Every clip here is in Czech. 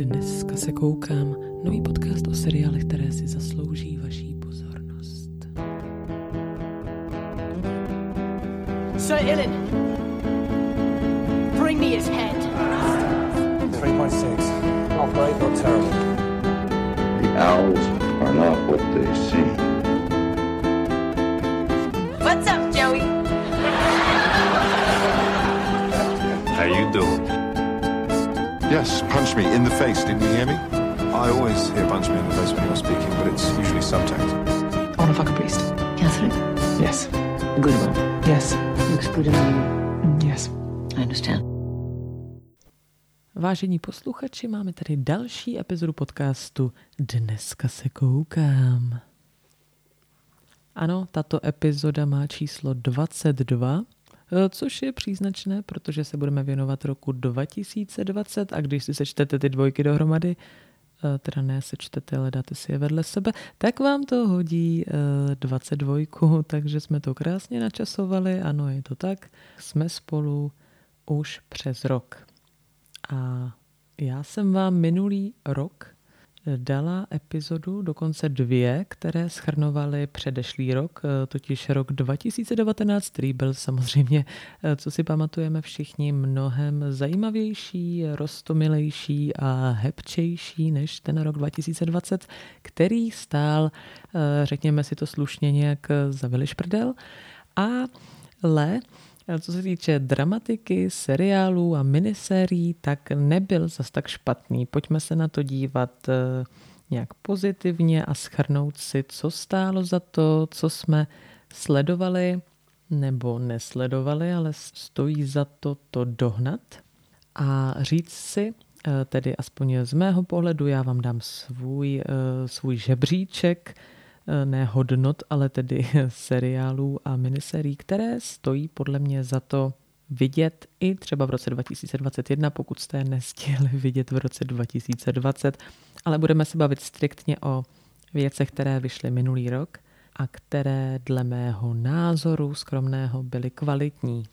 Dneska se koukám. Nový podcast o seriálech, které si zaslouží vaší pozornost. Sir Ilan, bring me his head. 3.6. Not great, not terrible. The owls are not what they seem. What's up, Joey? How you doing? Yes, punch me in the face. Didn't you hear me? I always hear punch me in the face when you're speaking, but it's usually subtext. I want to fuck a priest. Catherine? Yes. A good one? Yes. Looks good on you. Yes. I understand. Vážení posluchači, máme tady další epizodu podcastu Dneska se koukám. Ano, tato epizoda má číslo 22, což je příznačné, protože se budeme věnovat roku 2020 a když si sečtete ty dvojky dohromady, teda ne sečtete, ale dáte si je vedle sebe, tak vám to hodí 22, takže jsme to krásně načasovali, ano, je to tak. Jsme spolu už přes rok. A já jsem vám minulý rok dala epizodu, dokonce 2, které shrnovaly předešlý rok, totiž rok 2019, který byl samozřejmě, co si pamatujeme všichni, mnohem zajímavější, roztomilejší a hebčejší než ten rok 2020, který stál, řekněme si to slušně, nějak za vilišprdel. Ale co se týče dramatiky, seriálů a minisérií, tak nebyl zas tak špatný. Pojďme se na to dívat nějak pozitivně a shrnout si, co stálo za to, co jsme sledovali nebo nesledovali, ale stojí za to dohnat a říct si, tedy aspoň z mého pohledu, já vám dám svůj žebříček, ne hodnot, ale tedy seriálů a miniserií, které stojí podle mě za to vidět i třeba v roce 2021, pokud jste je nestihli vidět v roce 2020, ale budeme se bavit striktně o věcech, které vyšly minulý rok a které dle mého názoru skromného byly kvalitní.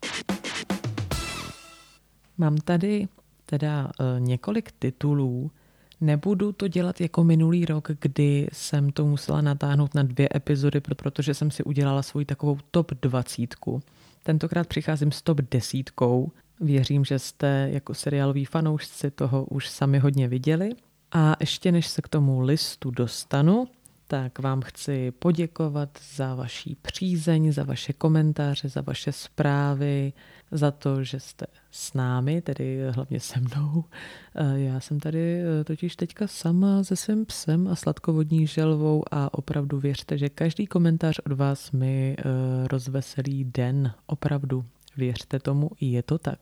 Mám tady teda několik titulů. Nebudu to dělat jako minulý rok, kdy jsem to musela natáhnout na 2 epizody, protože jsem si udělala svoji takovou top 20. Tentokrát přicházím s top 10. Věřím, že jste jako seriáloví fanoušci toho už sami hodně viděli. A ještě než se k tomu listu dostanu, tak vám chci poděkovat za vaši přízeň, za vaše komentáře, za vaše zprávy, za to, že jste s námi, tedy hlavně se mnou. Já jsem tady totiž teďka sama se svým psem a sladkovodní želvou a opravdu věřte, že každý komentář od vás mi rozveselí den. Opravdu věřte tomu, je to tak.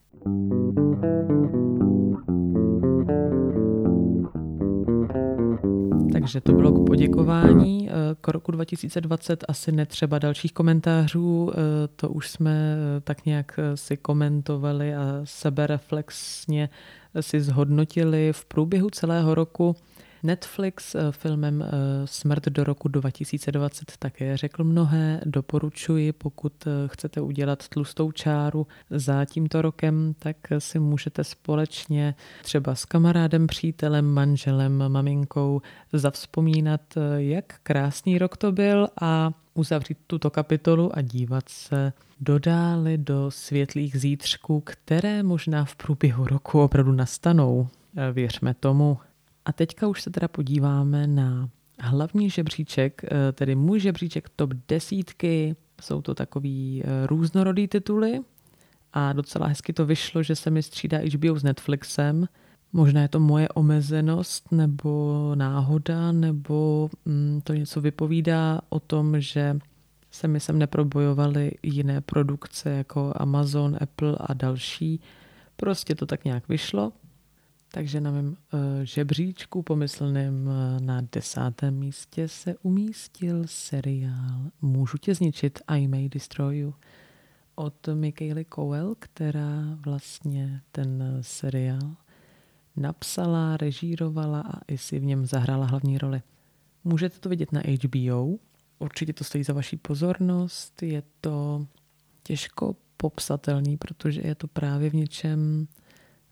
Takže to bylo k poděkování. K roku 2020 asi netřeba dalších komentářů, to už jsme tak nějak si komentovali a sebereflexně si zhodnotili v průběhu celého roku. Netflix filmem Smrt do roku 2020 také řekl mnohé. Doporučuji, pokud chcete udělat tlustou čáru za tímto rokem, tak si můžete společně třeba s kamarádem, přítelem, manželem, maminkou zavzpomínat, jak krásný rok to byl a uzavřít tuto kapitolu a dívat se dodále do světlých zítřků, které možná v průběhu roku opravdu nastanou. Věřme tomu. A teďka už se teda podíváme na hlavní žebříček, tedy můj žebříček top 10. Jsou to takový různorodý tituly a docela hezky to vyšlo, že se mi střídá HBO s Netflixem. Možná je to moje omezenost nebo náhoda, nebo to něco vypovídá o tom, že se mi sem neprobojovaly jiné produkce jako Amazon, Apple a další. Prostě to tak nějak vyšlo. Takže na mém žebříčku pomyslném na 10. místě se umístil seriál Můžu tě zničit, I May Destroy You od Michaely Coel, která vlastně ten seriál napsala, režírovala a i si v něm zahrála hlavní roli. Můžete to vidět na HBO, určitě to stojí za vaši pozornost, je to těžko popsatelný, protože je to právě v něčem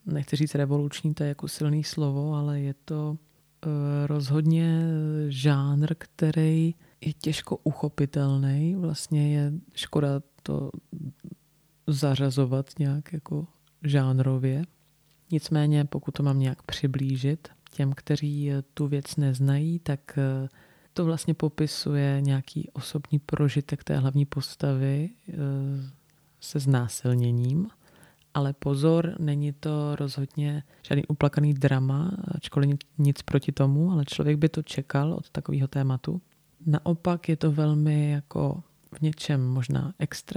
nechci říct revoluční, to je jako silný slovo, ale je to rozhodně žánr, který je těžko uchopitelný. Vlastně je škoda to zařazovat nějak jako žánrově. Nicméně, pokud to mám nějak přiblížit těm, kteří tu věc neznají, tak to vlastně popisuje nějaký osobní prožitek té hlavní postavy se znásilněním. Ale pozor, není to rozhodně žádný uplakaný drama, ačkoliv nic proti tomu, ale člověk by to čekal od takového tématu. Naopak je to velmi jako v něčem možná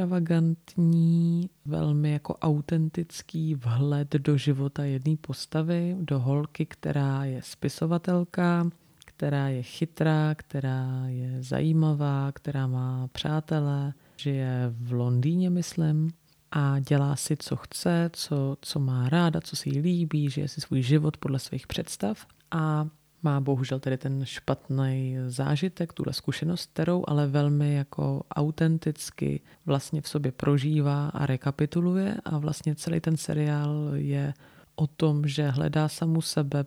extravagantní, velmi jako autentický vhled do života jedné postavy, do holky, která je spisovatelka, která je chytrá, která je zajímavá, která má přátele, žije v Londýně, myslím, a dělá si, co chce, co má ráda, co si jí líbí, žije si svůj život podle svých představ a má bohužel tedy ten špatný zážitek, tuhle zkušenost, kterou ale velmi jako autenticky vlastně v sobě prožívá a rekapituluje a vlastně celý ten seriál je o tom, že hledá samu sebe,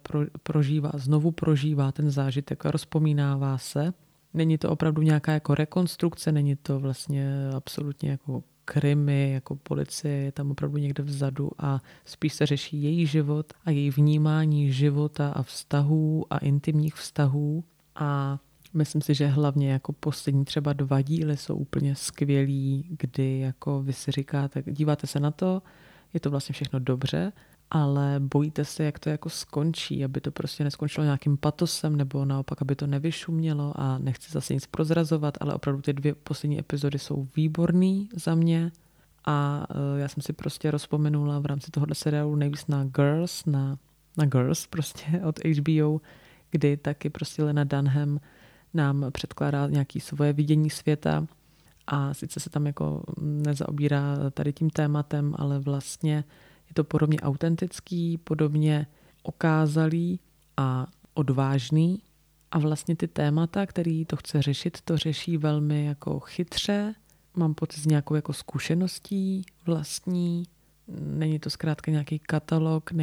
znovu prožívá ten zážitek, rozpomínává se. Není to opravdu nějaká jako rekonstrukce, není to vlastně absolutně jako krimi, jako policie je tam opravdu někde vzadu a spíš se řeší její život a její vnímání života a vztahů a intimních vztahů a myslím si, že hlavně jako poslední třeba 2 díly jsou úplně skvělí, kdy jako vy si říkáte, díváte se na to, je to vlastně všechno dobře, ale bojíte se, jak to jako skončí, aby to prostě neskončilo nějakým patosem nebo naopak, aby to nevyšumělo a nechci zase nic prozrazovat, ale opravdu ty 2 poslední epizody jsou výborný za mě a já jsem si prostě rozpomenula v rámci tohohle seriálu nejvíc na Girls, na Girls prostě od HBO, kdy taky prostě Lena Dunham nám předkládá nějaké svoje vidění světa a sice se tam jako nezaobírá tady tím tématem, ale vlastně je to podobně autentický, podobně okázalý a odvážný a vlastně ty témata, který to chce řešit, to řeší velmi jako chytře. Mám pocit z nějakou jako zkušeností vlastní. Není to zkrátka nějaký katalog,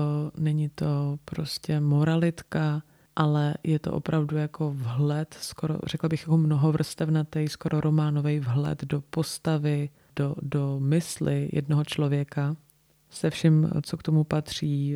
není to prostě moralitka, ale je to opravdu jako vhled, skoro řekla bych jako mnohovrstevnatý, skoro románový vhled do postavy, do mysli jednoho člověka. Se vším, co k tomu patří,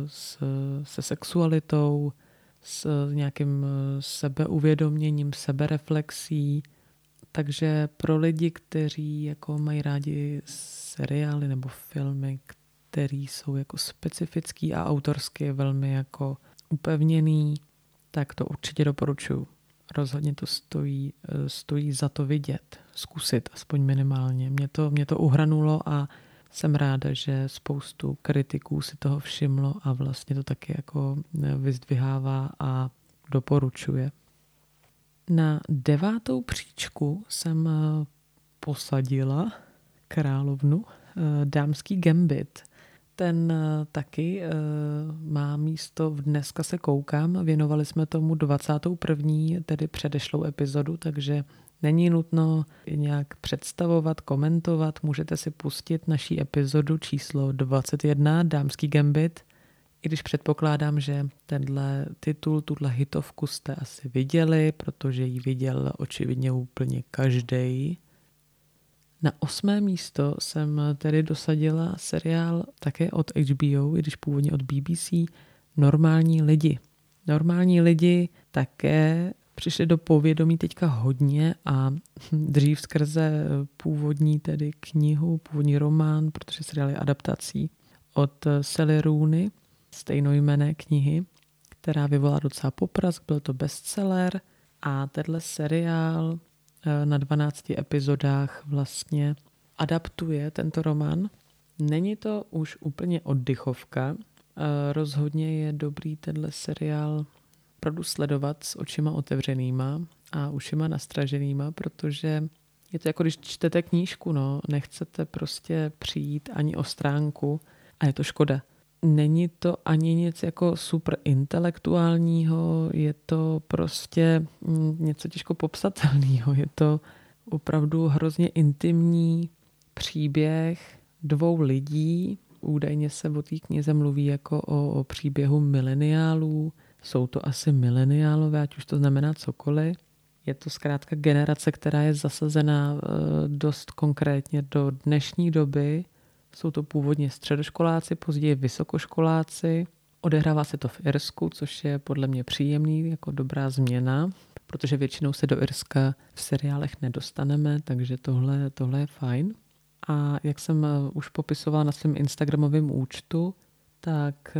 se sexualitou, s nějakým sebeuvědoměním, sebereflexí. Takže pro lidi, kteří jako mají rádi seriály nebo filmy, které jsou jako specifický a autorsky velmi jako upevněný, tak to určitě doporučuji. Rozhodně to stojí za to vidět, zkusit aspoň minimálně. Mě to uhranulo a jsem ráda, že spoustu kritiků si toho všimlo a vlastně to taky jako vyzdvihává a doporučuje. Na 9. příčku jsem posadila královnu Dámský gambit. Ten taky má místo v Dneska se koukám. Věnovali jsme tomu 21. tedy předešlou epizodu, takže není nutno nějak představovat, komentovat. Můžete si pustit naší epizodu číslo 21, Dámský gambit. I když předpokládám, že tenhle titul, tuhle hitovku jste asi viděli, protože ji viděl očividně úplně každej. Na 8. místo jsem tedy dosadila seriál také od HBO, i když původně od BBC, Normální lidi. Normální lidi také přišli do povědomí teďka hodně a dřív skrze původní tedy knihu, původní román, protože seriál je adaptací od Sally Rooney, stejnojmenné knihy, která vyvolala docela poprask, byl to bestseller a tenhle seriál na 12 epizodách vlastně adaptuje tento román. Není to už úplně oddychovka, rozhodně je dobrý tenhle seriál opravdu sledovat s očima otevřenýma a ušima nastraženýma, protože je to jako když čtete knížku, nechcete prostě přijít ani o stránku a je to škoda. Není to ani nic jako super intelektuálního, je to prostě něco těžko popsatelného. Je to opravdu hrozně intimní příběh 2 lidí, Údajně se o té knize mluví jako o příběhu mileniálů. Jsou to asi mileniálové, ať už to znamená cokoliv. Je to zkrátka generace, která je zasazena dost konkrétně do dnešní doby. Jsou to původně středoškoláci, později vysokoškoláci. Odehrává se to v Irsku, což je podle mě příjemný, jako dobrá změna, protože většinou se do Irska v seriálech nedostaneme, takže tohle je fajn. A jak jsem už popisovala na svém instagramovém účtu, tak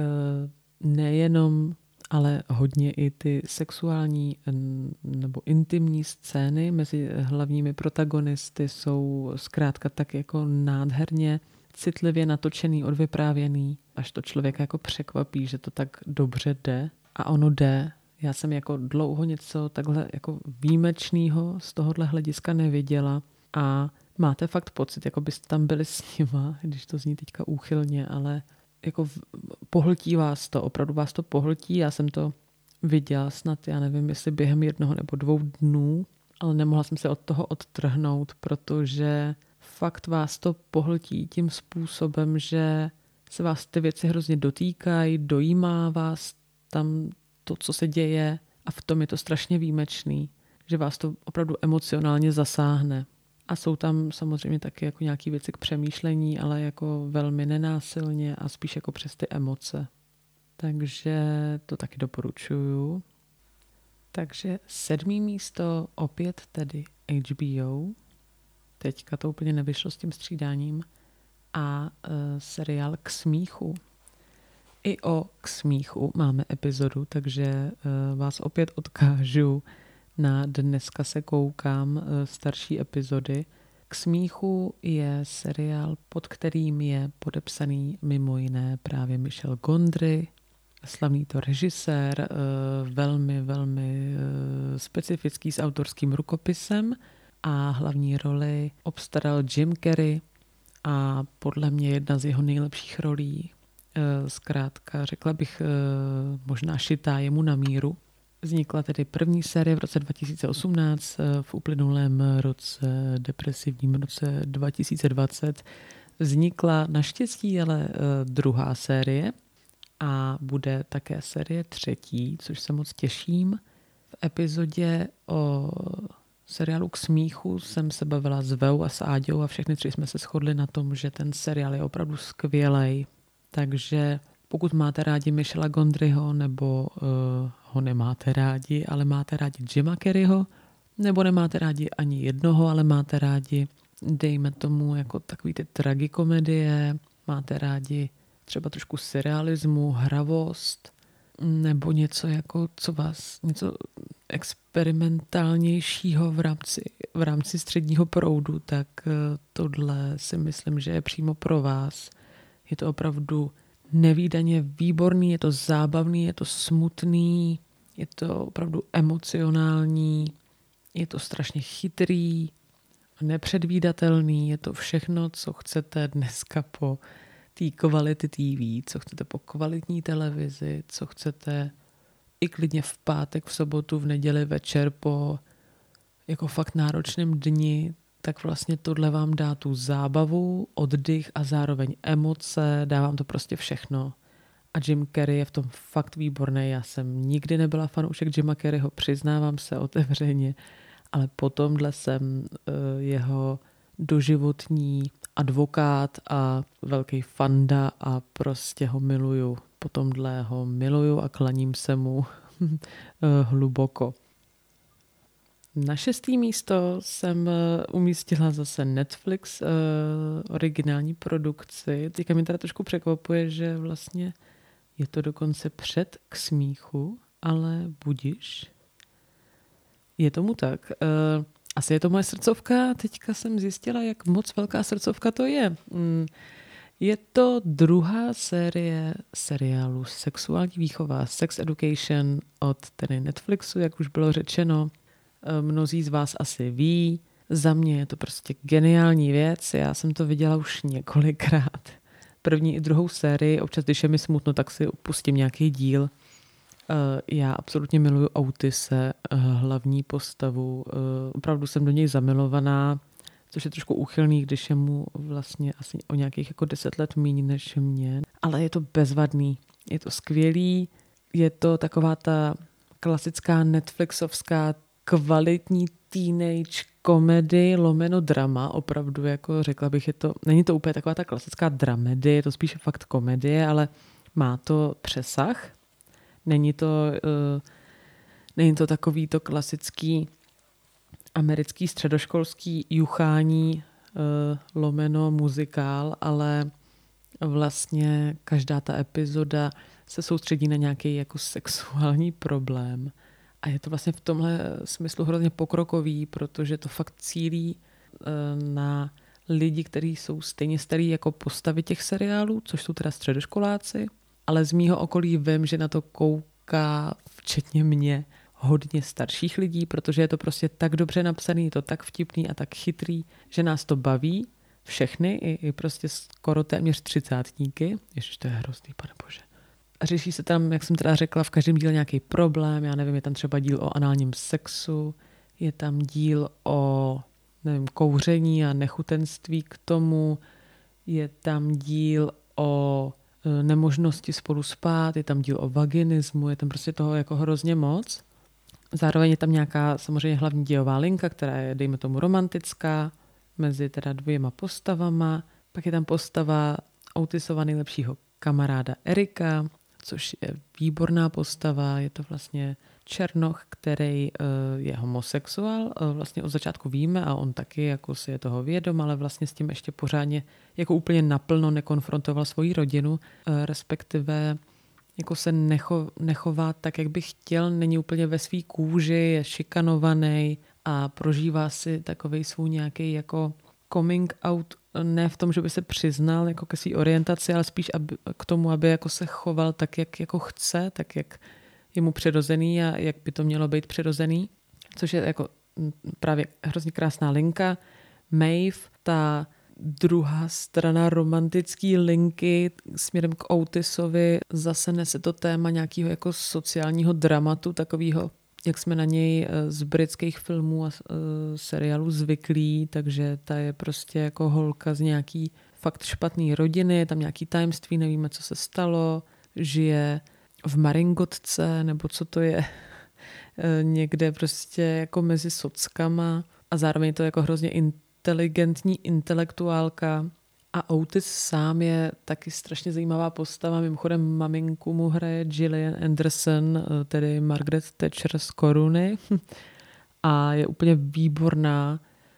nejenom, ale hodně i ty sexuální nebo intimní scény mezi hlavními protagonisty jsou zkrátka tak jako nádherně citlivě natočený, odvyprávěný, až to člověka jako překvapí, že to tak dobře jde. A ono jde. Já jsem jako dlouho něco takhle jako výjimečného z tohohle hlediska neviděla a máte fakt pocit, jako byste tam byli s nima, když to zní teďka úchylně, ale jako pohltí vás to, opravdu vás to pohltí. Já jsem to viděla snad, já nevím, jestli během 1 nebo 2 dnů, ale nemohla jsem se od toho odtrhnout, protože fakt vás to pohltí tím způsobem, že se vás ty věci hrozně dotýkají, dojímá vás tam to, co se děje a v tom je to strašně výjimečný, že vás to opravdu emocionálně zasáhne. A jsou tam samozřejmě taky jako nějaké věci k přemýšlení, ale jako velmi nenásilně a spíš jako přes ty emoce. Takže to taky doporučuju. Takže 7. místo opět tedy HBO. Teďka to úplně nevyšlo s tím střídáním. A seriál K smíchu. I o K smíchu máme epizodu, takže vás opět odkážu na Dneska se koukám starší epizody. K smíchu je seriál, pod kterým je podepsaný mimo jiné právě Michel Gondry, slavný to režisér, velmi, velmi specifický s autorským rukopisem a hlavní roli obstaral Jim Carrey a podle mě jedna z jeho nejlepších rolí, zkrátka řekla bych možná šitá jemu na míru. Vznikla tedy první série v roce 2018, v uplynulém roce, depresivním roce 2020. Vznikla naštěstí ale druhá série a bude také série 3, což se moc těším. V epizodě o seriálu K smíchu jsem se bavila s Veu a s Áďou a všechny 3 jsme se shodli na tom, že ten seriál je opravdu skvělej. Takže pokud máte rádi Michela Gondryho nebo ho nemáte rádi, ale máte rádi Jima Carreyho, nebo nemáte rádi ani jednoho, ale máte rádi, dejme tomu, jako takový ty tragikomedie, máte rádi třeba trošku surrealismu, hravost, nebo něco jako, co vás, něco experimentálnějšího v rámci středního proudu, tak tohle si myslím, že je přímo pro vás. Je to opravdu nevídaně výborný, je to zábavný, je to smutný, je to opravdu emocionální, je to strašně chytrý, nepředvídatelný, je to všechno, co chcete dneska po té kvality TV, co chcete po kvalitní televizi, co chcete i klidně v pátek, v sobotu, v neděli večer po jako fakt náročném dni, tak vlastně tohle vám dá tu zábavu, oddych a zároveň emoce, dá vám to prostě všechno. A Jim Carrey je v tom fakt výborný. Já jsem nikdy nebyla fanoušek Jima Carreyho, přiznávám se otevřeně, ale po tomhle jsem jeho doživotní advokát a velký fanda a prostě ho miluju. Po tomhle ho miluju a klaním se mu hluboko. Na 6. místo jsem umístila zase Netflix, originální produkci. Teďka mi teda trošku překvapuje, že vlastně je to dokonce před K smíchu, ale budiš. Je tomu tak. Asi je to moje srdcovka. Teďka jsem zjistila, jak moc velká srdcovka to je. Je to druhá série seriálu Sexuální výchova, Sex Education od tedy Netflixu, jak už bylo řečeno. Mnozí z vás asi ví. Za mě je to prostě geniální věc. Já jsem to viděla už několikrát. První i druhou sérii. Občas, když je mi smutno, tak si pustím nějaký díl. Já absolutně miluju Outise, hlavní postavu. Opravdu jsem do něj zamilovaná. což je trošku úchylný, když je mu vlastně asi o nějakých jako 10 let míň než mě. Ale je to bezvadný, je to skvělý, je to taková ta klasická netflixovská kvalitní teenage komedy lomeno drama, opravdu jako řekla bych, není to úplně taková ta klasická dramedy, je to spíše fakt komedie, ale má to přesah. Není to takový to klasický americký středoškolský juchání lomeno muzikál, ale vlastně každá ta epizoda se soustředí na nějaký jako sexuální problém. A je to vlastně v tomhle smyslu hrozně pokrokový, protože to fakt cílí na lidi, kteří jsou stejně starí jako postavy těch seriálů, což jsou teda středoškoláci, ale z mýho okolí vím, že na to kouká, včetně mě, hodně starších lidí, protože je to prostě tak dobře napsaný, je to tak vtipný a tak chytrý, že nás to baví, všechny, i prostě skoro téměř 30átníky. Ježiš, to je hrozný, pane bože. A řeší se tam, jak jsem teda řekla, v každém díle nějaký problém, já nevím, je tam třeba díl o análním sexu, je tam díl o, nevím, kouření a nechutenství k tomu, je tam díl o nemožnosti spolu spát, je tam díl o vaginismu, je tam prostě toho jako hrozně moc. Zároveň je tam nějaká samozřejmě hlavní dějová linka, která je, dejme tomu, romantická, mezi teda dvěma postavama. Pak je tam postava Otisova nejlepšího kamaráda Erika, což je výborná postava, je to vlastně černoch, který je homosexuál, vlastně od začátku víme a on taky jako si je toho vědom, ale vlastně s tím ještě pořádně jako úplně naplno nekonfrontoval svoji rodinu, respektive jako se nechová tak, jak by chtěl, není úplně ve svý kůži, je šikanovaný a prožívá si takovej svůj nějaký jako coming out, ne v tom, že by se přiznal jako ke svý orientaci, ale spíš k tomu, aby jako se choval tak, jak jako chce, tak, jak je mu přirozený a jak by to mělo být přirozený, což je jako právě hrozně krásná linka. Maeve, ta druhá strana romantické linky směrem k Otisovi, zase nese to téma nějakého jako sociálního dramatu, takového, jak jsme na něj z britských filmů a seriálů zvyklí, takže ta je prostě jako holka z nějaký fakt špatný rodiny, je tam nějaký tajemství, nevíme, co se stalo, žije v Maringotce, nebo co to je, někde prostě jako mezi sockama a zároveň je to jako hrozně inteligentní intelektuálka a Otis sám je taky strašně zajímavá postava. Mimochodem maminku mu hraje Gillian Anderson, tedy Margaret Thatcher z Koruny a je úplně výborná.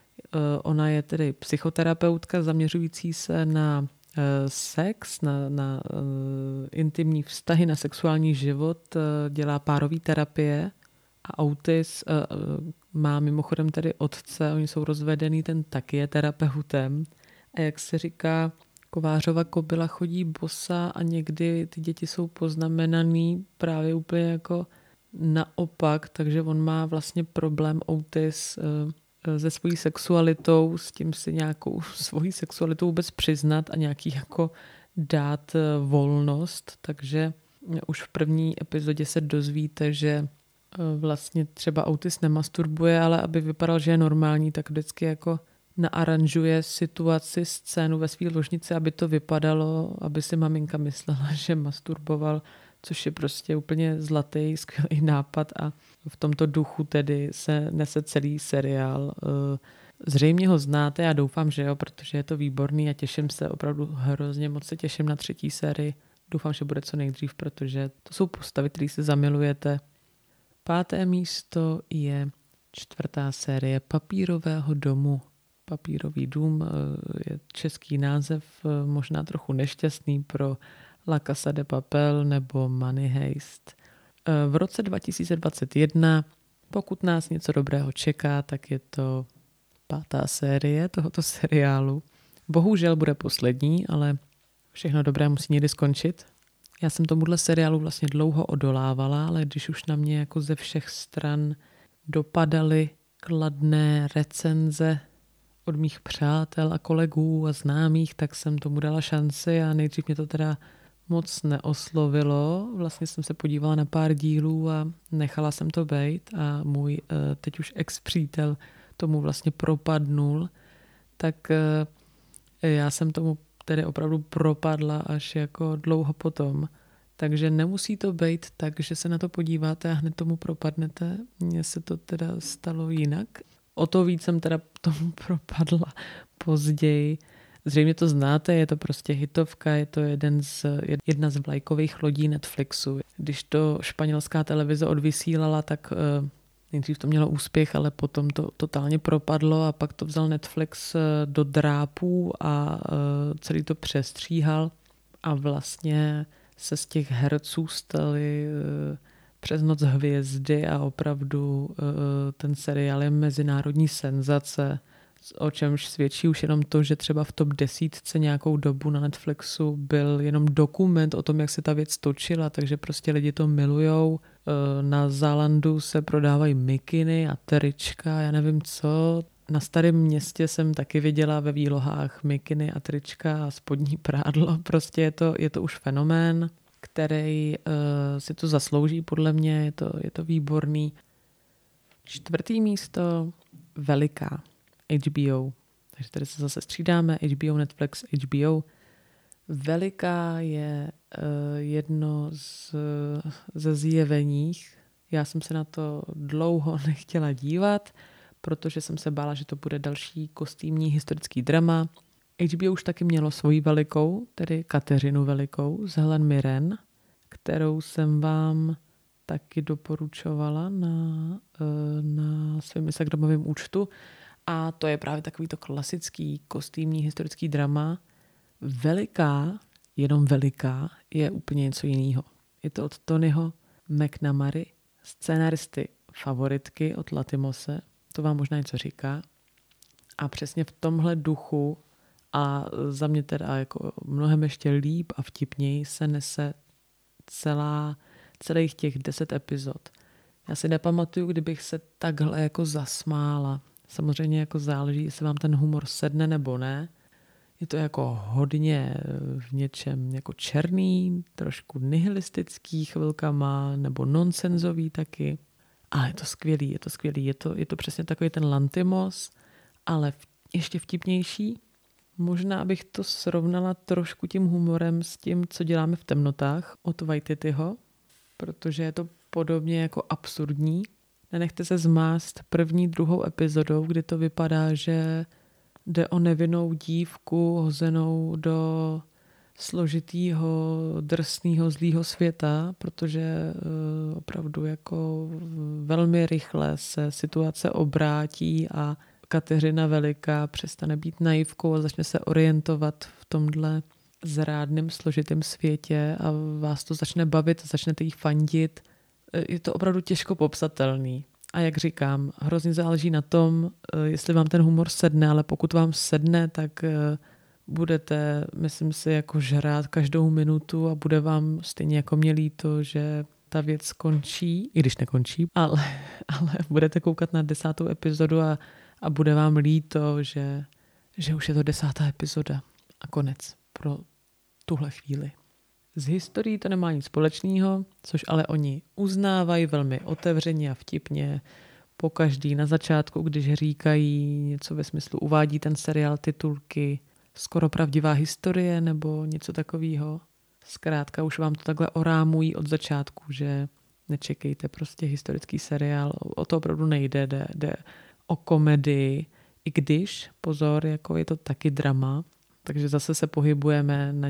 Ona je tedy psychoterapeutka zaměřující se na sex, na intimní vztahy, na sexuální život, dělá párové terapie a Otis má mimochodem tedy otce, oni jsou rozvedený, ten taky je terapeutem. A jak se říká, kovářova kobyla chodí bosa a někdy ty děti jsou poznamenaný právě úplně jako naopak, takže on má vlastně problém Otis se svojí sexualitou, s tím si nějakou svojí sexualitou vůbec přiznat a nějaký jako dát volnost, takže už v první epizodě se dozvíte, že vlastně třeba Otis nemasturbuje, ale aby vypadal, že je normální, tak vždycky jako naaranžuje situaci, scénu ve své ložnici, aby to vypadalo, aby si maminka myslela, že masturboval, což je prostě úplně zlatý, skvělý nápad a v tomto duchu tedy se nese celý seriál. Zřejmě ho znáte, já doufám, že jo, protože je to výborný a těším se, opravdu hrozně moc se těším na 3. sérii. Doufám, že bude co nejdřív, protože to jsou postavy, které si zamilujete. 5. místo je 4. série Papírového domu. Papírový dům je český název, možná trochu nešťastný pro La Casa de Papel nebo Money Heist. V roce 2021, pokud nás něco dobrého čeká, tak je to 5. série tohoto seriálu. Bohužel bude poslední, ale všechno dobré musí někdy skončit. Já jsem tomuhle seriálu vlastně dlouho odolávala, ale když už na mě jako ze všech stran dopadaly kladné recenze od mých přátel a kolegů a známých, tak jsem tomu dala šanci a nejdřív mě to teda moc neoslovilo. Vlastně jsem se podívala na pár dílů a nechala jsem to bejt a můj teď už ex-přítel tomu vlastně propadnul. tak já jsem tomu tedy opravdu propadla až jako dlouho potom. Takže nemusí to být tak, že se na to podíváte a hned tomu propadnete. Mně se to teda stalo jinak. O to víc jsem teda tomu propadla později. Zřejmě to znáte, je to prostě hitovka, je to jedna z vlajkových lodí Netflixu. Když to španělská televize odvysílala, tak nejdřív to mělo úspěch, ale potom to totálně propadlo a pak to vzal Netflix do drápů a celý to přestříhal a vlastně se z těch herců staly přes noc hvězdy a opravdu ten seriál je mezinárodní senzace, o čemž svědčí už jenom to, že třeba v top 10 nějakou dobu na Netflixu byl jenom dokument o tom, jak se ta věc točila, takže prostě lidi to milujou. Na Zálandu se prodávají mikiny a trička, já nevím co. Na Starém Městě jsem taky viděla ve výlohách mikiny a trička a spodní prádlo. Prostě je to už fenomén, který si to zaslouží podle mě, je to výborný. 4. místo Veliká. HBO. Takže tady se zase střídáme. HBO, Netflix, HBO. Veliká je jedno ze zjeveních. Já jsem se na to dlouho nechtěla dívat, protože jsem se bála, že to bude další kostýmní historický drama. HBO už taky mělo svoji Velikou, tedy Kateřinu Velikou z Helen Mirren, kterou jsem vám taky doporučovala na svém instagramovém účtu. A to je právě takovýto klasický kostýmní historický drama. Veliká, jenom Veliká, je úplně něco jiného. Je to od Tonyho McNamary, scénaristy Favoritky od Latimose. To vám možná něco říká. A přesně v tomhle duchu a za mě teda jako mnohem ještě líp a vtipněji se nese celých těch 10 epizod. Já si nepamatuju, kdybych se takhle jako zasmála. Samozřejmě jako záleží, jestli vám ten humor sedne nebo ne. Je to jako hodně v něčem jako černý, trošku nihilistický chvilkama, nebo nonsenzový taky. Ale je to skvělý. Je to přesně takový ten Lantimos, ale ještě vtipnější. Možná bych to srovnala trošku tím humorem s tím, co děláme v Temnotách od Waititiho, protože je to podobně jako absurdní. Nenechte se zmást první, druhou epizodou, kdy to vypadá, že jde o nevinnou dívku hozenou do složitýho, drsného, zlýho světa, protože opravdu jako velmi rychle se situace obrátí a Kateřina Veliká přestane být naivkou a začne se orientovat v tomhle zrádném, složitém světě a vás to začne bavit, začnete jí fandit. Je to opravdu těžko popsatelný. A jak říkám, hrozně záleží na tom, jestli vám ten humor sedne, ale pokud vám sedne, tak budete, myslím si, jako žrát každou minutu a bude vám stejně jako mě líto, že ta věc skončí, i když nekončí, ale budete koukat na 10. epizodu a bude vám líto, že už je to 10. epizoda a konec pro tuhle chvíli. Z historií to nemá nic společného, což ale oni uznávají velmi otevřeně a vtipně. Pokaždý na začátku, když říkají něco ve smyslu uvádí ten seriál titulky Skoro pravdivá historie nebo něco takového. Zkrátka už vám to takhle orámují od začátku, že nečekejte prostě historický seriál. O to opravdu nejde, jde o komedii, i když, pozor, jako je to taky drama. Takže zase se pohybujeme na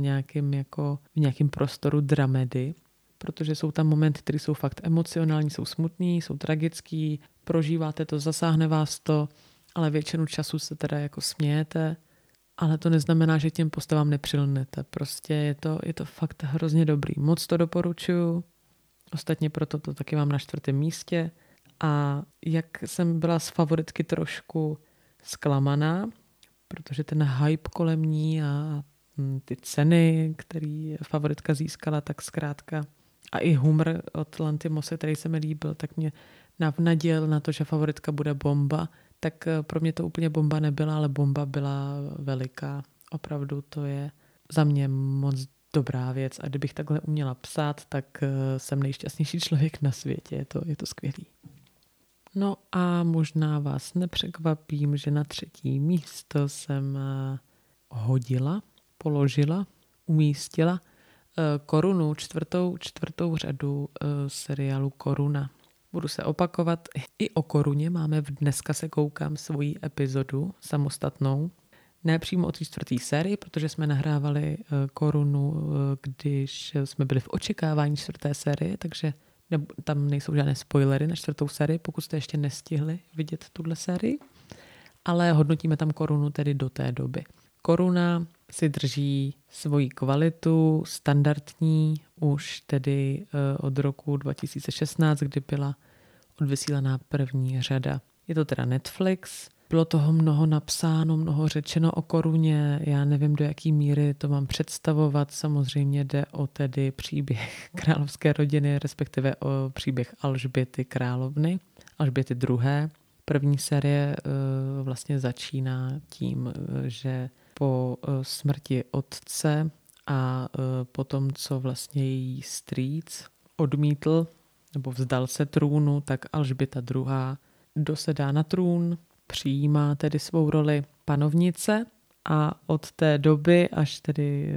v nějakém prostoru dramedy, protože jsou tam momenty, které jsou fakt emocionální, jsou smutný, jsou tragický, prožíváte to, zasáhne vás to, ale většinu času se teda jako smějete, ale to neznamená, že těm postavám nepřilnete. Prostě je to fakt hrozně dobrý. Moc to doporučuju, ostatně proto to taky mám na 4. místě. A jak jsem byla z Favoritky trošku zklamaná, protože ten hype kolem ní a ty ceny, který Favoritka získala, tak zkrátka a i humor od Lantimose, který se mi líbil, tak mě navnadil na to, že Favoritka bude bomba. Tak pro mě to úplně bomba nebyla, ale bomba byla veliká. Opravdu to je za mě moc dobrá věc a kdybych takhle uměla psát, tak jsem nejšťastnější člověk na světě. Je to skvělý. No a možná vás nepřekvapím, že na 3. místo jsem položila, umístila Korunu, čtvrtou řadu seriálu Koruna. Budu se opakovat, i o Koruně máme dneska se koukám svoji epizodu samostatnou. Ne přímo o té 4. sérii, protože jsme nahrávali Korunu, když jsme byli v očekávání 4. série, takže tam nejsou žádné spoilery na 4. sérii, pokud jste ještě nestihli vidět tuhle sérii. Ale hodnotíme tam Korunu tedy do té doby. Koruna si drží svoji kvalitu standardní už tedy od roku 2016, kdy byla odvysílaná 1. řada. Je to teda Netflix. Bylo toho mnoho napsáno, mnoho řečeno o Koruně. Já nevím, do jaký míry to mám představovat. Samozřejmě jde o tedy příběh královské rodiny, respektive o příběh Alžběty královny, Alžběty II. 1. série vlastně začíná tím, že po smrti otce a po tom, co vlastně její strýc odmítl nebo vzdal se trůnu, tak Alžběta II. Dosedá na trůn, přijímá tedy svou roli panovnice a od té doby až tedy,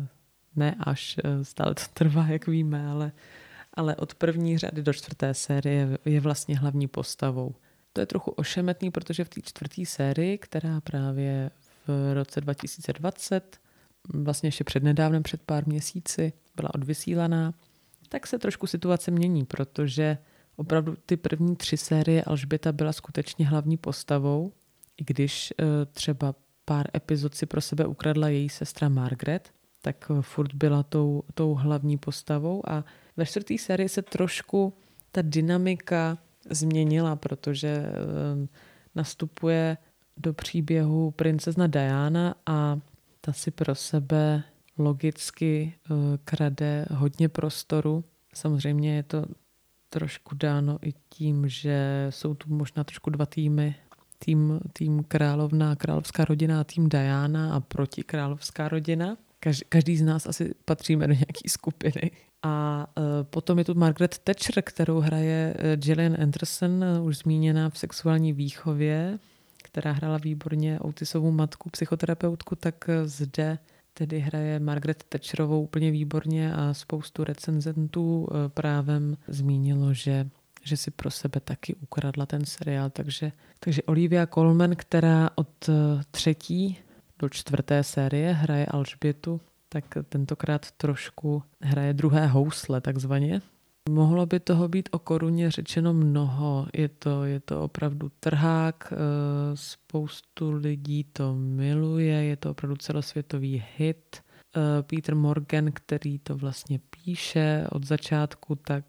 stále to trvá, jak víme, ale od 1. řady do 4. série je vlastně hlavní postavou. To je trochu ošemetný, protože v té 4. sérii, která právě v roce 2020, vlastně ještě přednedávnem, před pár měsíci, byla odvysílaná, tak se trošku situace mění, protože opravdu ty první 3 série Alžběta byla skutečně hlavní postavou, i když třeba pár epizod si pro sebe ukradla její sestra Margaret, tak furt byla tou hlavní postavou a ve 4. sérii se trošku ta dynamika změnila, protože nastupuje do příběhu princezna Diana a ta si pro sebe logicky krade hodně prostoru. Samozřejmě je to trošku dáno i tím, že jsou tu možná trošku 2 týmy. Tým královna, královská rodina a tým Diana a protikrálovská rodina. Každý z nás asi patříme do nějaké skupiny. A potom je tu Margaret Thatcher, kterou hraje Gillian Anderson, už zmíněná v Sexuální výchově, která hrála výborně Otisovou matku, psychoterapeutku, tak zde tedy hraje Margaret Thatcherovou úplně výborně a spoustu recenzentů právem zmínilo, že si pro sebe taky ukradla ten seriál. Takže Olivia Colman, která od 3. do 4. série hraje Alžbětu, tak tentokrát trošku hraje druhé housle takzvaně. Mohlo by toho být o Koruně řečeno mnoho. Je to opravdu trhák, spoustu lidí to miluje, je to opravdu celosvětový hit. Peter Morgan, který to vlastně píše od začátku, tak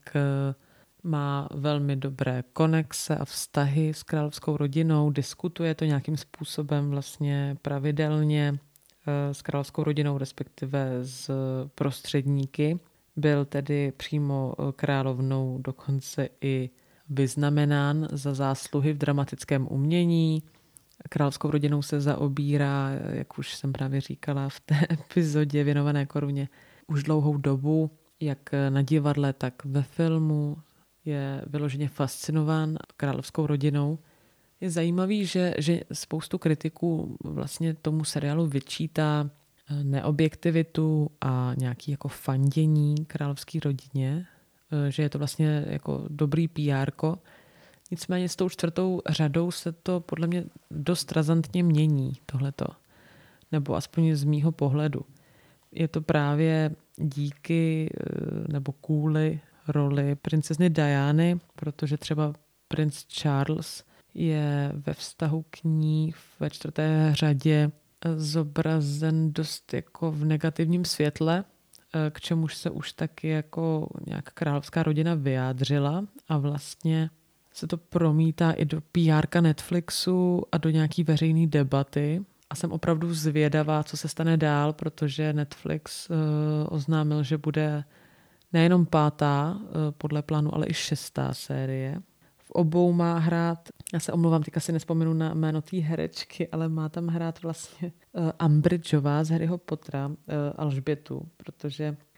má velmi dobré konexe a vztahy s královskou rodinou, diskutuje to nějakým způsobem vlastně pravidelně s královskou rodinou, respektive s prostředníky. Byl tedy přímo královnou dokonce i vyznamenán za zásluhy v dramatickém umění. Královskou rodinou se zaobírá, jak už jsem právě říkala v té epizodě věnované Koruně, už dlouhou dobu, jak na divadle, tak ve filmu. Je vyloženě fascinován královskou rodinou. Je zajímavý, že spoustu kritiků vlastně tomu seriálu vyčítá neobjektivitu a nějaký jako fandění královské rodině, že je to vlastně jako dobrý PR-ko. Nicméně s tou 4. řadou se to podle mě dost razantně mění tohleto. Nebo aspoň z mýho pohledu. Je to právě díky nebo kvůli roli princezny Diany, protože třeba princ Charles je ve vztahu k ní ve 4. řadě zobrazen dost jako v negativním světle, k čemuž se už taky jako nějak královská rodina vyjádřila a vlastně se to promítá i do PR-ka Netflixu a do nějaký veřejné debaty. A jsem opravdu zvědavá, co se stane dál, protože Netflix oznámil, že bude nejenom 5. podle plánu, ale i 6. série. V obou má hrát, já se omlouvám, teďka si nespomenu na jméno té herečky, ale má tam hrát vlastně Umbridgeová z Harryho Pottera, Alžbětu, protože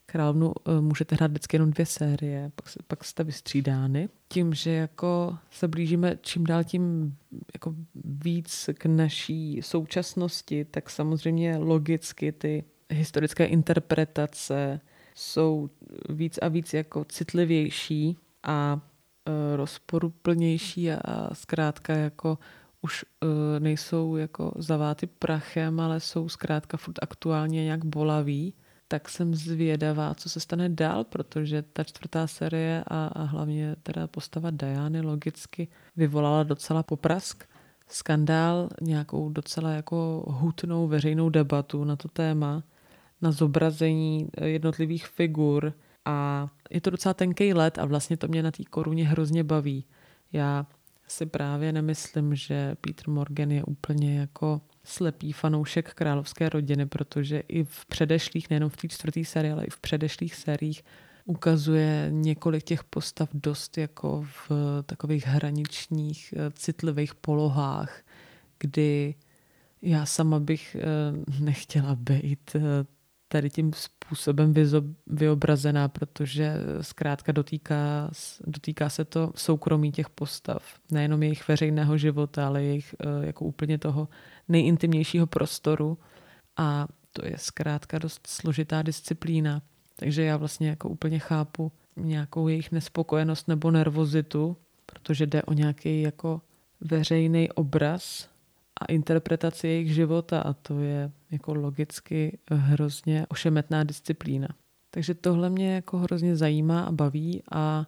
Královnu můžete hrát vždycky jenom 2 série, pak jste vystřídány. Tím, že jako se blížíme čím dál tím jako víc k naší současnosti, tak samozřejmě logicky ty historické interpretace jsou víc a víc jako citlivější a rozporuplnější a zkrátka jako už nejsou jako zaváty prachem, ale jsou zkrátka furt aktuálně nějak bolaví. Tak jsem zvědavá, co se stane dál, protože ta 4. série a hlavně teda postava Diany logicky vyvolala docela poprask, skandál, nějakou docela jako hutnou veřejnou debatu na to téma, na zobrazení jednotlivých figur a je to docela tenkej led a vlastně to mě na té Koruně hrozně baví. Já si právě nemyslím, že Peter Morgan je úplně jako slepý fanoušek královské rodiny, protože i v předešlých, nejenom v té 4. sérii, ale i v předešlých sériích ukazuje několik těch postav dost jako v takových hraničních, citlivých polohách, kdy já sama bych nechtěla být tady tím způsobem vyobrazená, protože zkrátka dotýká se to soukromí těch postav. Nejenom jejich veřejného života, ale jejich jako úplně toho nejintimnějšího prostoru a to je zkrátka dost složitá disciplína. Takže já vlastně jako úplně chápu nějakou jejich nespokojenost nebo nervozitu, protože jde o nějaký jako veřejný obraz a interpretaci jejich života a to je jako logicky hrozně ošemetná disciplína. Takže tohle mě jako hrozně zajímá a baví a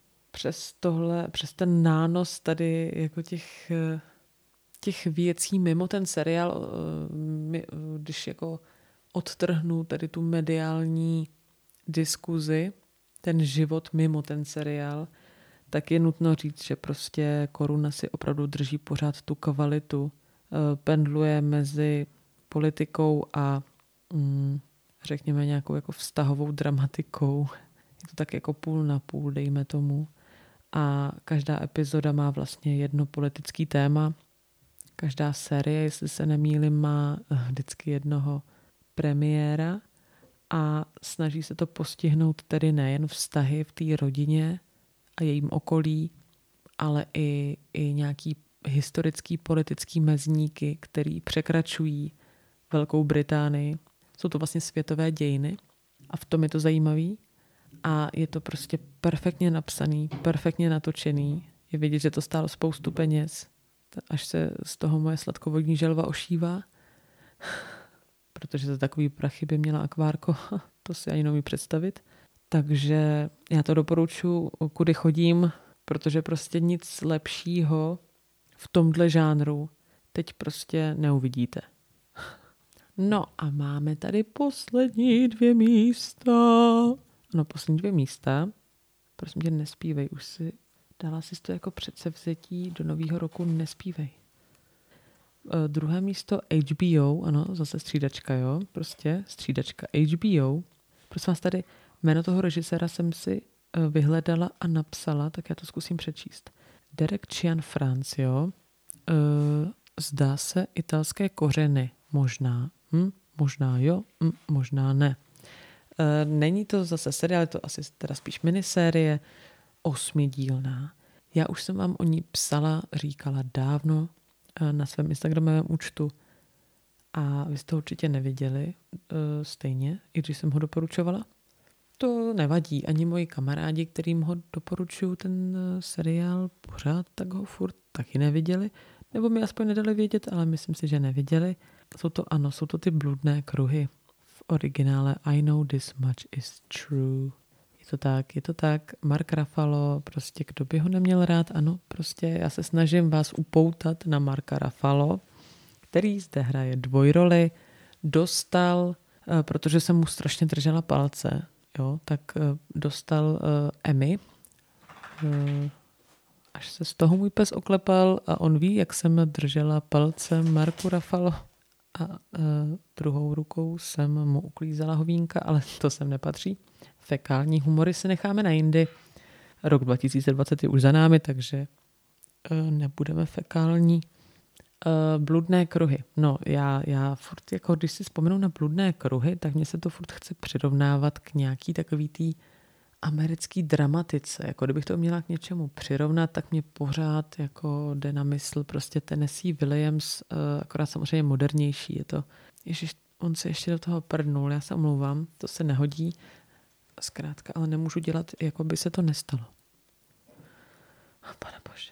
přes ten nános tady jako těch věcí mimo ten seriál, když jako odtrhnu tady tu mediální diskuzi, ten život mimo ten seriál, tak je nutno říct, že prostě Koruna si opravdu drží pořád tu kvalitu, pendluje mezi politikou a řekněme nějakou jako vztahovou dramatikou. Je to tak jako půl na půl, dejme tomu. A každá epizoda má vlastně jedno politický téma. Každá série, jestli se nemýlím, má vždycky jednoho premiéra a snaží se to postihnout tedy nejen vztahy v té rodině a jejím okolí, ale i nějaký historický politický mezníky, který překračují Velkou Británii. Jsou to vlastně světové dějiny a v tom je to zajímavý a je to prostě perfektně napsaný, perfektně natočený. Je vidět, že to stálo spoustu peněz, až se z toho moje sladkovodní želva ošívá, protože za takový prachy by měla akvárko, to si ani neumím představit. Takže já to doporučuji, kudy chodím, protože prostě nic lepšího v tomhle žánru teď prostě neuvidíte. No a máme tady poslední 2 místa. No, poslední 2 místa. Prosím tě, nespívej. Už si dala si to jako předsevzetí do nového roku, nespívej. 2. místo HBO, ano, zase střídačka, jo. Prostě střídačka HBO. Prosím vás, tady jméno toho režiséra jsem si vyhledala a napsala, tak já to zkusím přečíst. Derek Cianfranccio, zdá se italské kořeny, možná. Možná jo, možná ne. Není to zase seriál, je to asi teda spíš minisérie, 8dílná. Já už jsem vám o ní psala, říkala dávno na svém instagramovém účtu a vy jste ho určitě neviděli stejně, i když jsem ho doporučovala. To nevadí, ani moji kamarádi, kterým ho doporučuju ten seriál pořád, tak ho furt taky neviděli, nebo mi aspoň nedali vědět, ale myslím si, že neviděli. Jsou to ty bludné kruhy. V originále I know this much is true. Je to tak. Mark Ruffalo, prostě kdo by ho neměl rád, ano, prostě já se snažím vás upoutat na Marka Ruffalo, který zde hraje dvojroli, dostal, protože jsem mu strašně držela palce, jo, tak dostal Emmy, až se z toho můj pes oklepal a on ví, jak jsem držela palce Marku Ruffalo a druhou rukou jsem mu uklízela hovínka, ale to sem nepatří. Fekální humory si necháme na jindy. Rok 2020 je už za námi, takže nebudeme fekální. Bludné kruhy. No, já furt, jako když si vzpomenu na bludné kruhy, tak mě se to furt chce přirovnávat k nějaký takový tý americký dramatice. Jako kdybych to měla k něčemu přirovnat, tak mě pořád jako jde na mysl prostě Tennessee Williams, akorát samozřejmě modernější. Je to, ježiš, on se ještě do toho prdnul, já se omlouvám, to se nehodí. Zkrátka, ale nemůžu dělat, jako by se to nestalo. Pane bože.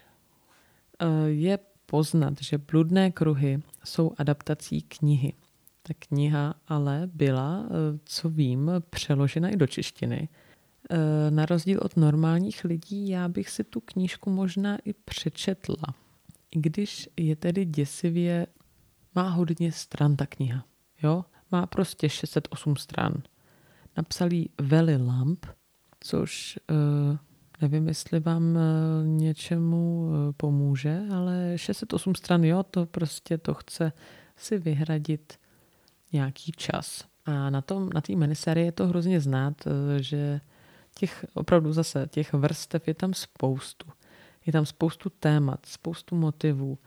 Je poznat, že Bludné kruhy jsou adaptací knihy. Ta kniha ale byla, co vím, přeložena i do češtiny. Na rozdíl od normálních lidí, já bych si tu knížku možná i přečetla. I když je tedy děsivě, má hodně stran ta kniha. Jo? Má prostě 608 stran. Napsal jí Veli Lamp, což nevím, jestli vám něčemu pomůže, ale 608 stran, jo, to prostě to chce si vyhradit nějaký čas. A na té minisérii je to hrozně znát, že opravdu zase těch vrstev je tam spoustu. Je tam spoustu témat, spoustu motivů,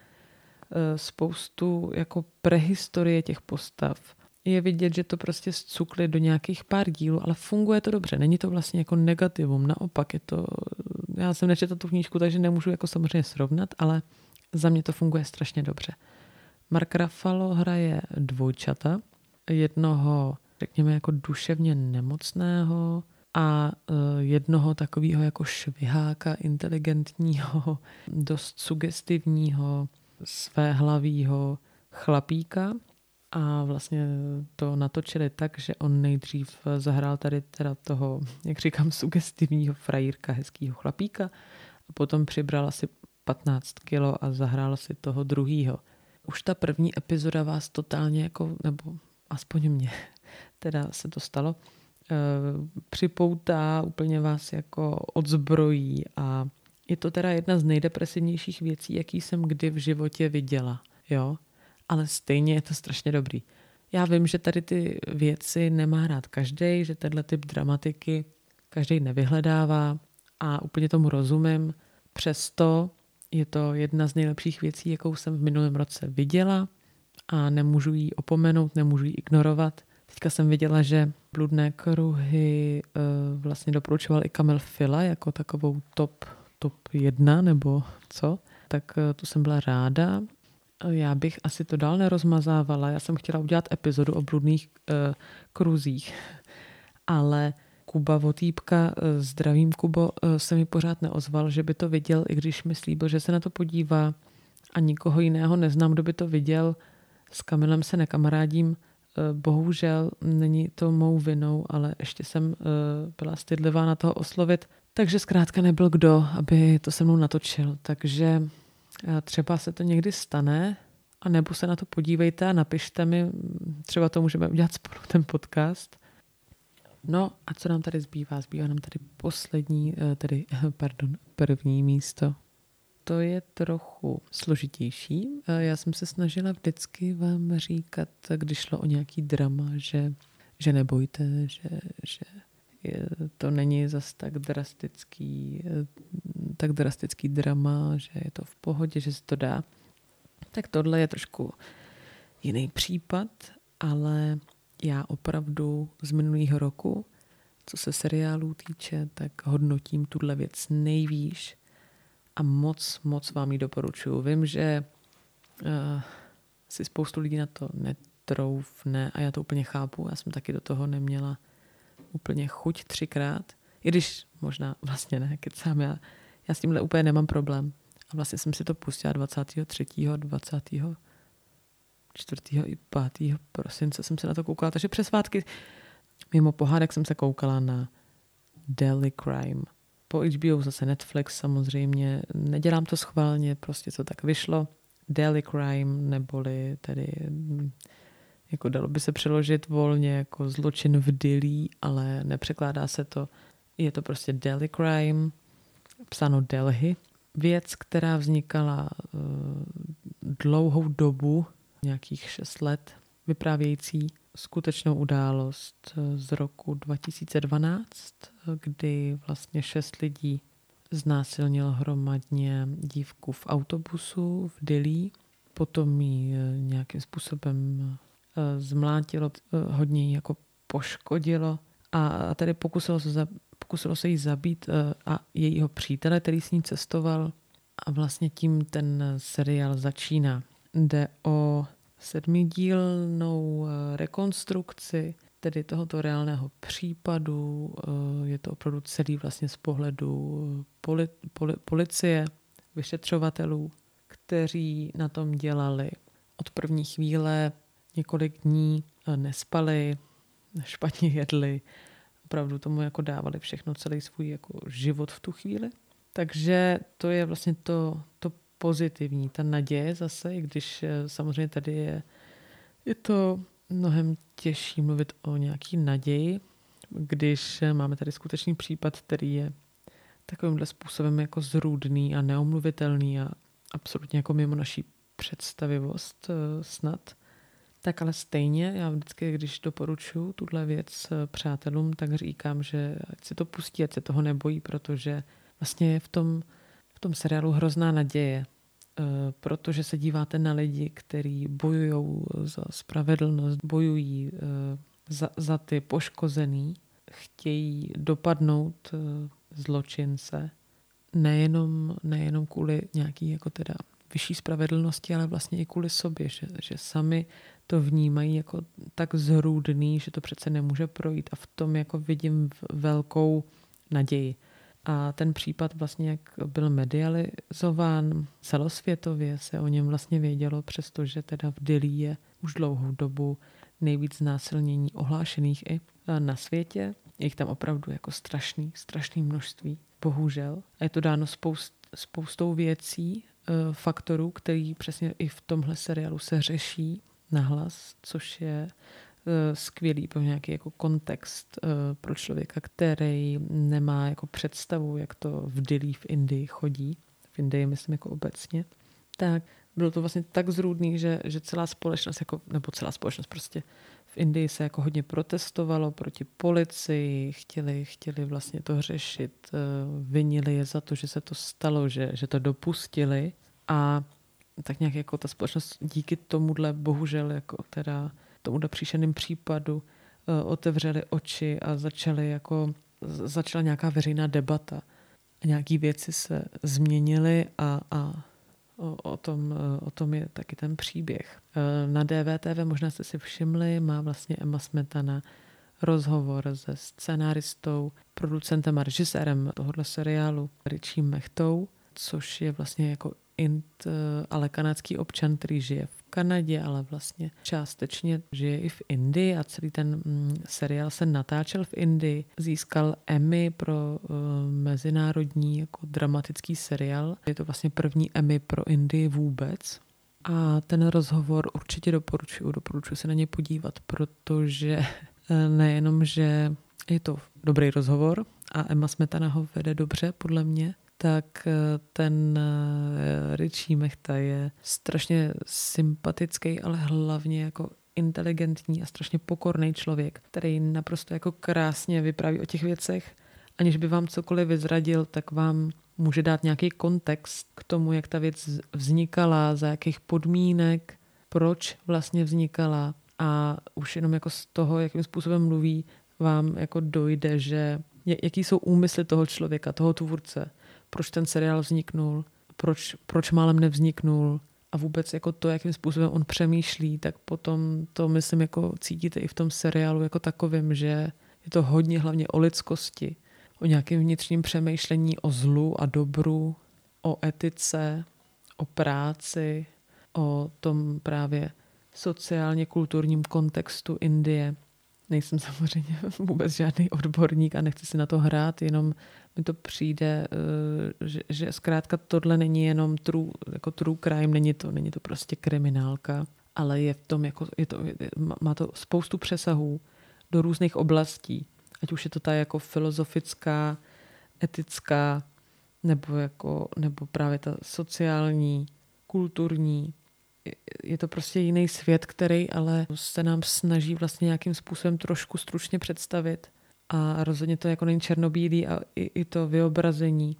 spoustu jako prehistorie těch postav. Je vidět, že to prostě zcukli do nějakých pár dílů, ale funguje to dobře. Není to vlastně jako negativum, naopak je to, já jsem nečetla tu knížku, takže nemůžu jako samozřejmě srovnat, ale za mě to funguje strašně dobře. Mark Ruffalo hraje dvojčata, jednoho, řekněme, jako duševně nemocného a jednoho takového jako šviháka, inteligentního, dost sugestivního, svéhlavýho chlapíka. A vlastně to natočili tak, že on nejdřív zahrál tady teda toho, jak říkám, sugestivního frajírka, hezkýho chlapíka a potom přibral asi 15 kilo a zahrál si toho druhýho. Už ta první epizoda vás totálně jako, nebo aspoň mě, teda se to stalo, připoutá, úplně vás jako odzbrojí a je to teda jedna z nejdepresivnějších věcí, jaký jsem kdy v životě viděla, jo. Ale stejně je to strašně dobrý. Já vím, že tady ty věci nemá rád každej, že tenhle typ dramatiky každej nevyhledává a úplně tomu rozumím. Přesto je to jedna z nejlepších věcí, jakou jsem v minulém roce viděla a nemůžu ji opomenout, nemůžu ji ignorovat. Teďka jsem viděla, že Bludné kruhy vlastně doporučoval i Kamil Fila jako takovou top 1 nebo co. Tak tu jsem byla ráda. Já bych asi to dál nerozmazávala. Já jsem chtěla udělat epizodu o bludných kruzích, ale Kuba Votýpka, zdravím Kubo, se mi pořád neozval, že by to viděl, i když mi slíbil, že se na to podívá a nikoho jiného neznám, kdo by to viděl. S Kamilem se nekamarádím. Bohužel není to mou vinou, ale ještě jsem byla stydlivá na toho oslovit, takže zkrátka nebyl kdo, aby to se mnou natočil. Takže třeba se to někdy stane, a nebo se na to podívejte a napište mi, třeba to můžeme udělat spolu ten podcast. No a co nám tady zbývá? Zbývá nám tady první místo. To je trochu složitější. Já jsem se snažila vždycky vám říkat, když šlo o nějaký drama, že nebojte, že to není zas tak drastický drama, že je to v pohodě, že se to dá. Tak tohle je trošku jiný případ, ale já opravdu z minulého roku, co se seriálů týče, tak hodnotím tuhle věc nejvýš a moc vám ji doporučuju. Vím, že si spoustu lidí na to netroufne a já to úplně chápu. Já jsem taky do toho neměla úplně chuť 3krát, i když možná vlastně ne, kecám, já s tímhle úplně nemám problém. A vlastně jsem si to pustila 23., 24. i 5. prosince jsem se na to koukala, takže přes svátky mimo pohádek jsem se koukala na Daily Crime. Po HBO zase Netflix samozřejmě, nedělám to schválně, prostě to tak vyšlo. Daily Crime, neboli tedy jako dalo by se přeložit volně jako zločin v Dillí, ale nepřekládá se to. Je to prostě Daily Crime, psáno Delhi. Věc, která vznikala dlouhou dobu, nějakých 6 let, vyprávějící skutečnou událost z roku 2012, kdy vlastně 6 lidí znásilnilo hromadně dívku v autobusu v Dillí. potom ji nějakým způsobem zmlátilo, hodně ji jako poškodilo a tedy pokusilo se jí zabít a jejího přítele, který s ní cestoval, a vlastně tím ten seriál začíná. Jde o 7dílnou rekonstrukci tedy tohoto reálného případu. Je to opravdu celý vlastně z pohledu policie, vyšetřovatelů, kteří na tom dělali od první chvíle, několik dní nespali, špatně jedli, opravdu tomu jako dávali všechno, celý svůj jako život v tu chvíli. Takže to je vlastně to pozitivní, ta naděje zase, i když samozřejmě tady je to mnohem těžší mluvit o nějaký naději, když máme tady skutečný případ, který je takovýmhle způsobem jako zrůdný a neomluvitelný a absolutně jako mimo naší představivost snad. Tak ale stejně, já vždycky, když doporučuji tuhle věc přátelům, tak říkám, že ať si to pustí, ať se toho nebojí, protože vlastně je v tom seriálu hrozná naděje, protože se díváte na lidi, kteří bojují za spravedlnost, bojují za ty poškozený, chtějí dopadnout zločince, nejenom kvůli nějaký jako teda vyšší spravedlnosti, ale vlastně i kvůli sobě, že sami to vnímají jako tak zrůdný, že to přece nemůže projít, a v tom jako vidím velkou naději. A ten případ vlastně, jak byl medializován celosvětově, se o něm vlastně vědělo, přestože teda v Dillí je už dlouhou dobu nejvíc znásilnění ohlášených i na světě. Je jich tam opravdu jako strašný množství, bohužel. A je to dáno spoustou věcí, faktorů, který přesně i v tomhle seriálu se řeší nahlas, což je skvělý pro nějaký jako kontext pro člověka, který nemá jako představu, jak to v Dillí v Indii chodí. V Indii myslím jako obecně. Tak bylo to vlastně tak zrůdný, že celá společnost, prostě v Indii se jako hodně protestovalo proti policii, chtěli vlastně to řešit, vinili je za to, že se to stalo, že to dopustili, a tak nějak jako ta společnost díky tomuhle bohužel jako teda tomuhle příšerným případu otevřeli oči a začala nějaká veřejná debata. Nějaký věci se změnily a o tom je taky ten příběh. Na DVTV, možná jste si všimli, má vlastně Emma Smetana rozhovor se scenáristou, producentem a režisérem tohohle seriálu Richiem Mechtou, což je vlastně jako ale kanadský občan, který žije v Kanadě, ale vlastně částečně žije i v Indii, a celý ten seriál se natáčel v Indii. Získal Emmy pro mezinárodní jako dramatický seriál. Je to vlastně první Emmy pro Indii vůbec. A ten rozhovor určitě doporučuji se na ně podívat, protože nejenom, že je to dobrý rozhovor a Emma Smetana ho vede dobře, podle mě, tak ten Richie Mechta je strašně sympatický, ale hlavně jako inteligentní a strašně pokorný člověk, který naprosto jako krásně vypráví o těch věcech, aniž by vám cokoliv vyzradil, tak vám může dát nějaký kontext k tomu, jak ta věc vznikala, za jakých podmínek, proč vlastně vznikala, a už jenom jako z toho, jakým způsobem mluví, vám jako dojde, že jaký jsou úmysly toho člověka, toho tvůrce, proč ten seriál vzniknul, proč málem nevzniknul, a vůbec jako to, jakým způsobem on přemýšlí, tak potom to, myslím, jako cítíte i v tom seriálu jako takovým, že je to hodně hlavně o lidskosti, o nějakém vnitřním přemýšlení o zlu a dobru, o etice, o práci, o tom právě sociálně kulturním kontextu Indie. Nejsem samozřejmě vůbec žádný odborník a nechci si na to hrát, jenom mi to přijde, že zkrátka tohle není jenom true crime, není to prostě kriminálka, ale je v tom má to spoustu přesahů do různých oblastí, ať už je to ta jako filozofická, etická, nebo právě ta sociální, kulturní. Je to prostě jiný svět, který ale se nám snaží vlastně nějakým způsobem trošku stručně představit, a rozhodně to jako není černobílý, a i to vyobrazení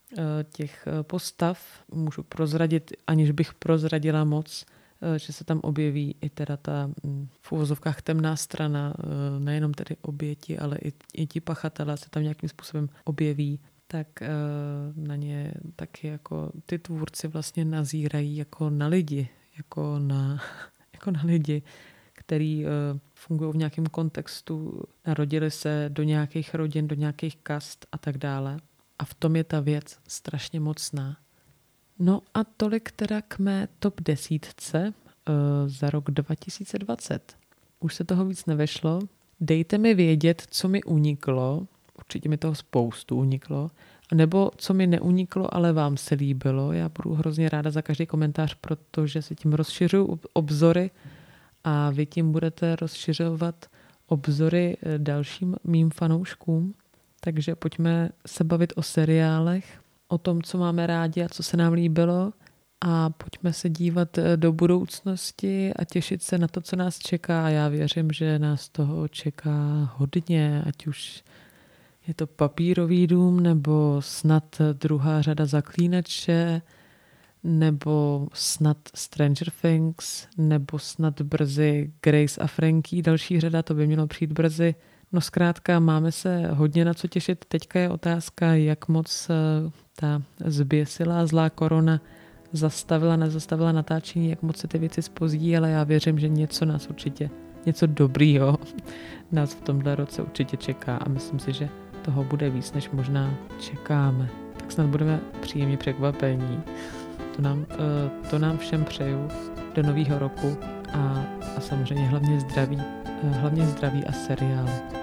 těch postav. Můžu prozradit, aniž bych prozradila moc, že se tam objeví i teda ta v uvozovkách temná strana, nejenom tedy oběti, ale i ti pachatelé se tam nějakým způsobem objeví, tak na ně taky jako ty tvůrci vlastně nazírají jako na lidi, jako na lidi, který fungují v nějakém kontextu, narodili se do nějakých rodin, do nějakých kast a tak dále. A v tom je ta věc strašně mocná. No a tolik teda k mé top 10 za rok 2020. Už se toho víc nevešlo. Dejte mi vědět, co mi uniklo. Určitě mi toho spoustu uniklo. Nebo co mi neuniklo, ale vám se líbilo. Já budu hrozně ráda za každý komentář, protože si tím rozšiřuju obzory a vy tím budete rozšiřovat obzory dalším mým fanouškům. Takže pojďme se bavit o seriálech, o tom, co máme rádi a co se nám líbilo a pojďme se dívat do budoucnosti a těšit se na to, co nás čeká. Já věřím, že nás toho čeká hodně, ať už je to Papírový dům, nebo snad druhá řada Zaklínače, nebo snad Stranger Things, nebo snad brzy Grace a Frankie, další řada, to by mělo přijít brzy. No zkrátka, máme se hodně na co těšit. Teďka je otázka, jak moc ta zběsilá zlá korona nezastavila natáčení, jak moc se ty věci zpozdí, ale já věřím, že něco dobrýho nás v tomhle roce určitě čeká a myslím si, že toho bude víc, než možná čekáme. Tak snad budeme příjemně překvapení. To nám všem přeju do nového roku a samozřejmě hlavně zdraví a seriály.